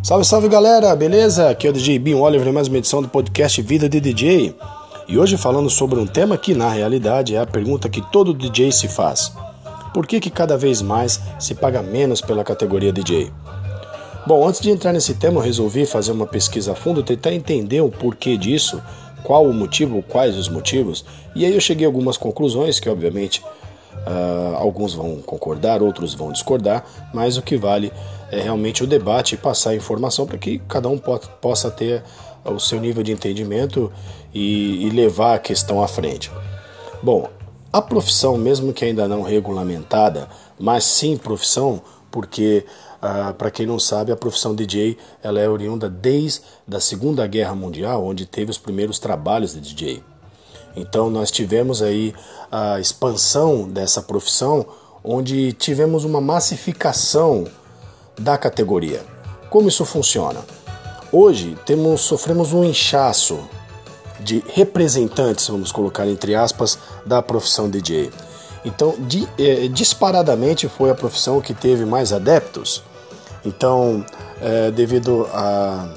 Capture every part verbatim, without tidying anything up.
Salve, salve galera, beleza? Aqui é o D J Binho Oliver em mais uma edição do podcast Vida de D J. E hoje falando sobre um tema que na realidade é a pergunta que todo D J se faz. Por que que cada vez mais se paga menos pela categoria D J? Bom, antes de entrar nesse tema eu resolvi fazer uma pesquisa a fundo, tentar entender o porquê disso, qual o motivo, quais os motivos, e aí eu cheguei a algumas conclusões que obviamente uh, alguns vão concordar, outros vão discordar, mas o que vale é realmente o debate e passar a informação para que cada um po- possa ter o seu nível de entendimento e, e levar a questão à frente. Bom, a profissão, mesmo que ainda não regulamentada, mas sim profissão, porque, uh, para quem não sabe, a profissão D J ela é oriunda desde a Segunda Guerra Mundial, onde teve os primeiros trabalhos de D J. Então nós tivemos aí a expansão dessa profissão, onde tivemos uma massificação da categoria. Como isso funciona? Hoje temos, sofremos um inchaço de representantes, vamos colocar entre aspas, da profissão D J. Então, di, eh, disparadamente foi a profissão que teve mais adeptos. Então, eh, devido à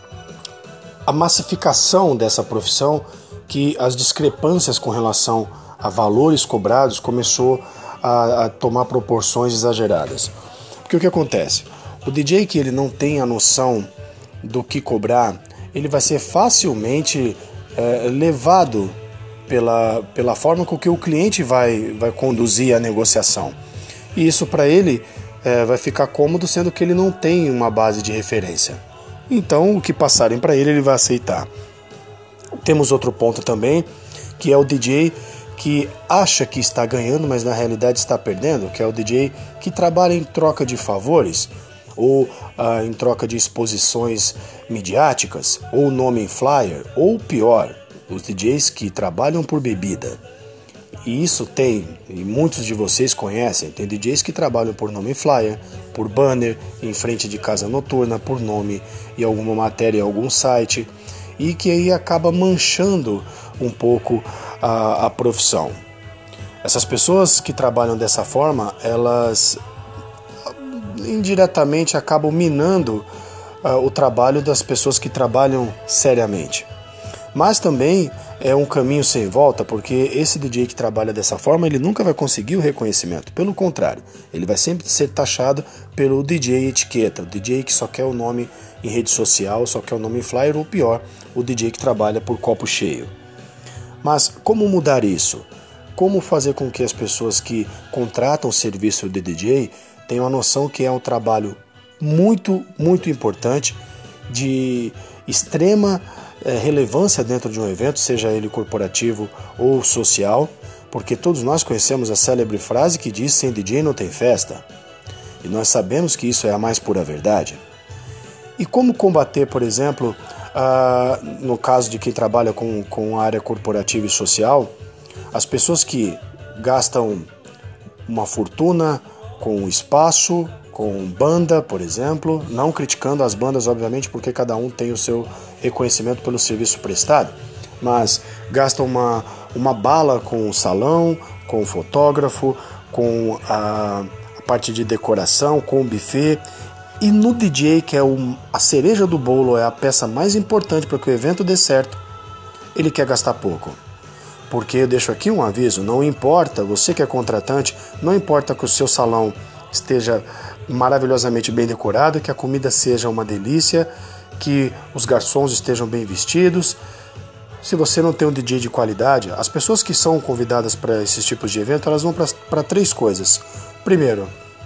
a, a massificação dessa profissão, que as discrepâncias com relação a valores cobrados começou a, a tomar proporções exageradas. Porque o que acontece? O D J que ele não tem a noção do que cobrar, ele vai ser facilmente é, levado pela, pela forma com que o cliente vai, vai conduzir a negociação. E isso para ele é, vai ficar cômodo, sendo que ele não tem uma base de referência. Então o que passarem para ele, ele vai aceitar. Temos outro ponto também, que é o D J que acha que está ganhando, mas na realidade está perdendo, que é o D J que trabalha em troca de favores, ou ah, em troca de exposições midiáticas, ou nome em flyer, ou pior, os D Js que trabalham por bebida. E isso tem, e muitos de vocês conhecem, tem D Js que trabalham por nome em flyer, por banner, em frente de casa noturna, por nome em alguma matéria em algum site, e que aí acaba manchando um pouco a, a profissão. Essas pessoas que trabalham dessa forma, elas indiretamente acabam minando uh, o trabalho das pessoas que trabalham seriamente. Mas também é um caminho sem volta, porque esse D J que trabalha dessa forma, ele nunca vai conseguir o reconhecimento. Pelo contrário, ele vai sempre ser taxado pelo D J etiqueta, o D J que só quer o nome em rede social, só quer o nome em flyer, ou pior, o D J que trabalha por copo cheio. Mas como mudar isso? Como fazer com que as pessoas que contratam o serviço de D J tenham a noção que é um trabalho muito, muito importante, de extrema é, relevância dentro de um evento, seja ele corporativo ou social, porque todos nós conhecemos a célebre frase que diz: sem D J não tem festa. E nós sabemos que isso é a mais pura verdade. E como combater, por exemplo, ah, no caso de quem trabalha com, com a área corporativa e social, as pessoas que gastam uma fortuna com espaço, com banda, por exemplo, não criticando as bandas, obviamente, porque cada um tem o seu reconhecimento pelo serviço prestado, mas gastam uma, uma bala com o salão, com o fotógrafo, com a, a parte de decoração, com o buffet. E no D J, que é o, a cereja do bolo, é a peça mais importante para que o evento dê certo, ele quer gastar pouco. Porque eu deixo aqui um aviso, não importa, você que é contratante, não importa que o seu salão esteja maravilhosamente bem decorado, que a comida seja uma delícia, que os garçons estejam bem vestidos. Se você não tem um D J de qualidade, as pessoas que são convidadas para esses tipos de evento, elas vão para três coisas. Primeiro,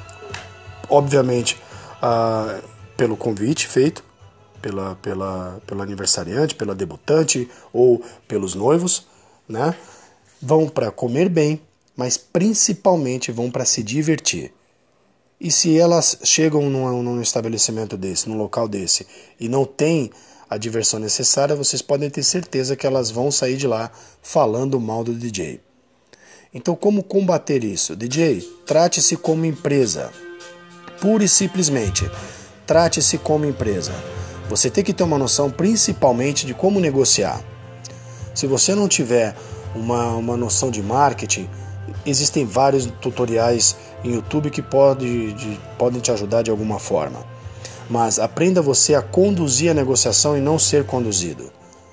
obviamente, ah, pelo convite feito pela, pela, pelo aniversariante, pela debutante ou pelos noivos, né? Vão para comer bem, mas principalmente vão para se divertir. E se elas chegam num, num estabelecimento desse, num local desse, e não tem a diversão necessária, vocês podem ter certeza que elas vão sair de lá falando mal do D J. Então, como combater isso? D J, trate-se como empresa. Pura e simplesmente, trate-se como empresa. Você tem que ter uma noção principalmente de como negociar. Se você não tiver uma, uma noção de marketing, existem vários tutoriais em YouTube que pode, de, podem te ajudar de alguma forma. mas aprenda você a conduzir a negociação e não ser conduzido.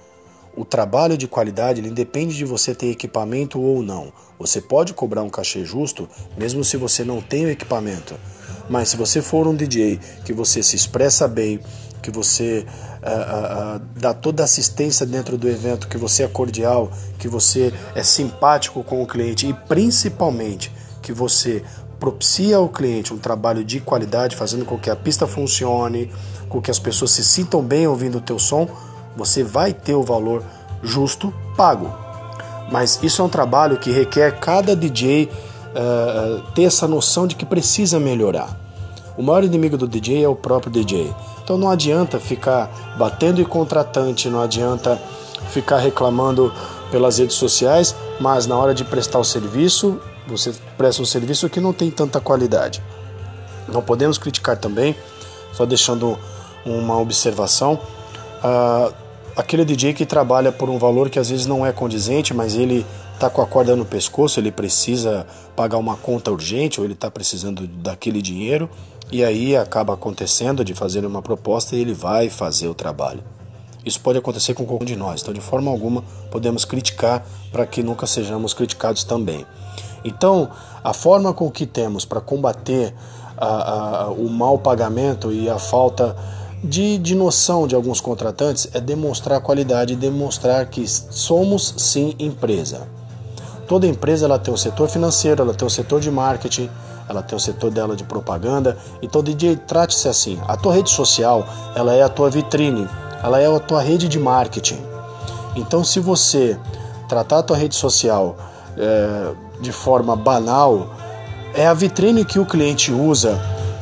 O trabalho de qualidade ele independe de você ter equipamento ou não. Você pode cobrar um cachê justo, mesmo se você não tem o equipamento. Mas se você for um D J, que você se expressa bem, que você uh, uh, uh, dá toda a assistência dentro do evento, que você é cordial, que você é simpático com o cliente e principalmente que você propicia ao cliente um trabalho de qualidade, fazendo com que a pista funcione, com que as pessoas se sintam bem ouvindo o teu som, você vai ter o valor justo pago. Mas isso é um trabalho que requer cada D J uh, ter essa noção de que precisa melhorar. O maior inimigo do D J é o próprio D J. Então não adianta ficar batendo em contratante, não adianta ficar reclamando pelas redes sociais, mas na hora de prestar o serviço, você presta um serviço que não tem tanta qualidade. Não podemos criticar também, só deixando uma observação, uh, aquele D J que trabalha por um valor que às vezes não é condizente, mas ele está com a corda no pescoço, ele precisa pagar uma conta urgente ou ele está precisando daquele dinheiro e aí acaba acontecendo de fazer uma proposta e ele vai fazer o trabalho. Isso pode acontecer com qualquer um de nós, então de forma alguma podemos criticar para que nunca sejamos criticados também. Então, a forma com que temos para combater a, a, o mau pagamento e a falta de, de noção de alguns contratantes é demonstrar qualidade e demonstrar que somos sim empresa. Toda empresa ela tem o setor financeiro, ela tem o setor de marketing, ela tem o setor dela de propaganda, e todo dia trate-se assim. A tua rede social ela é a tua vitrine, ela é a tua rede de marketing. Então se você tratar a tua rede social é, de forma banal, é a vitrine que o cliente usa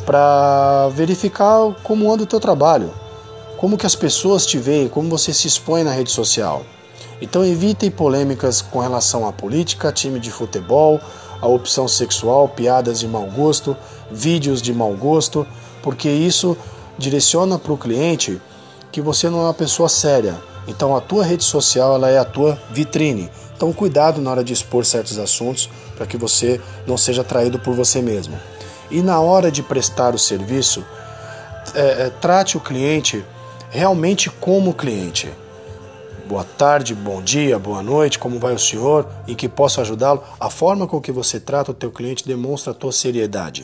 para verificar como anda o teu trabalho, como que as pessoas te veem, como você se expõe na rede social. Então evitem polêmicas com relação à política, time de futebol, a opção sexual, piadas de mau gosto, vídeos de mau gosto, porque isso direciona para o cliente que você não é uma pessoa séria. Então a tua rede social ela é a tua vitrine. Então cuidado na hora de expor certos assuntos para que você não seja traído por você mesmo. E na hora de prestar o serviço, é, é, trate o cliente realmente como cliente. Boa tarde, bom dia, boa noite, como vai o senhor, em que posso ajudá-lo? A forma com que você trata o teu cliente demonstra a tua seriedade.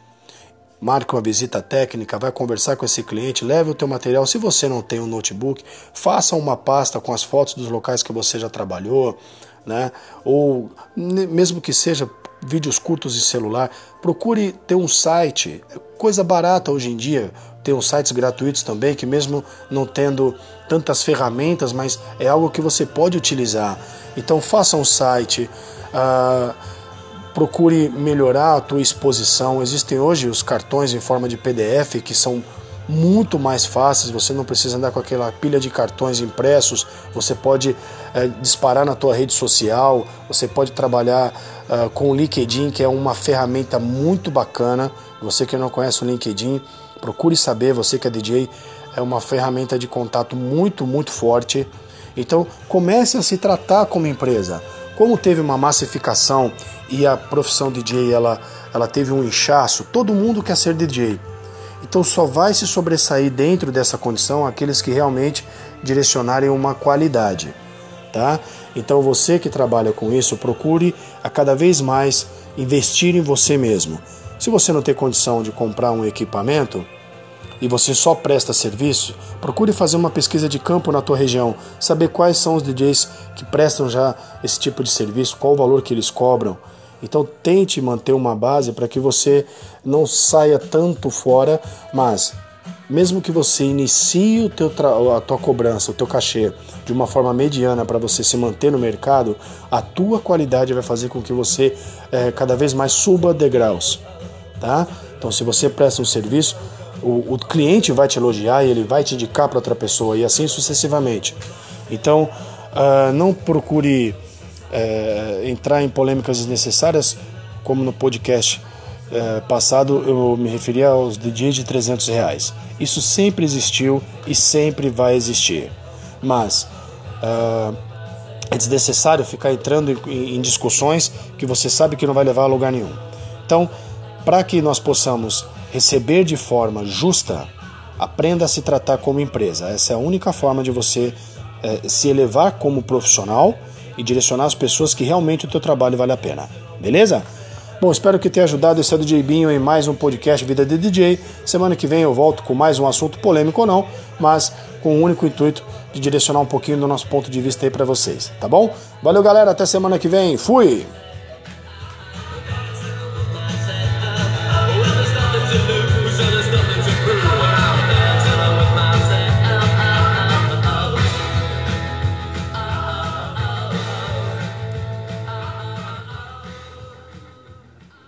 Marque uma visita técnica, vai conversar com esse cliente, leve o teu material. Se você não tem um notebook, faça uma pasta com as fotos dos locais que você já trabalhou, né? Ou mesmo que seja vídeos curtos de celular, procure ter um site, coisa barata hoje em dia, tem uns sites gratuitos também, que mesmo não tendo tantas ferramentas, mas é algo que você pode utilizar. Então faça um site, uh, procure melhorar a tua exposição. Existem hoje os cartões em forma de P D F que são muito mais fáceis, você não precisa andar com aquela pilha de cartões impressos, você pode é, disparar na tua rede social, você pode trabalhar uh, com o LinkedIn, que é uma ferramenta muito bacana. Você que não conhece o LinkedIn, procure saber, você que é D J, é uma ferramenta de contato muito, muito forte. Então comece a se tratar como empresa. Como teve uma massificação e a profissão D J ela, ela teve um inchaço, todo mundo quer ser D J. Então só vai se sobressair dentro dessa condição aqueles que realmente direcionarem uma qualidade, tá? Então você que trabalha com isso, procure a cada vez mais investir em você mesmo. Se você não tem condição de comprar um equipamento e você só presta serviço, procure fazer uma pesquisa de campo na tua região, saber quais são os D Js que prestam já esse tipo de serviço, qual o valor que eles cobram. Então tente manter uma base para que você não saia tanto fora, mas mesmo que você inicie o teu tra... a tua cobrança, o teu cachê de uma forma mediana para você se manter no mercado, a tua qualidade vai fazer com que você é, cada vez mais suba degraus, tá? Então se você presta um serviço, o, o cliente vai te elogiar e ele vai te indicar para outra pessoa e assim sucessivamente. Então uh, não procure É, entrar em polêmicas desnecessárias, como no podcast é, passado eu me referi aos D Js de trezentos reais. Isso sempre existiu e sempre vai existir, mas é, é desnecessário ficar entrando em, em discussões que você sabe que não vai levar a lugar nenhum. Então, para que nós possamos receber de forma justa, Aprenda a se tratar como empresa. Essa é a única forma de você é, se elevar como profissional e direcionar as pessoas que realmente o teu trabalho vale a pena. Beleza? Bom, espero que tenha ajudado. Esse é o D J Binho em mais um podcast Vida de D J. Semana que vem eu volto com mais um assunto polêmico ou não, mas com o único intuito de direcionar um pouquinho do nosso ponto de vista aí para vocês, tá bom? Valeu, galera, até semana que vem. Fui!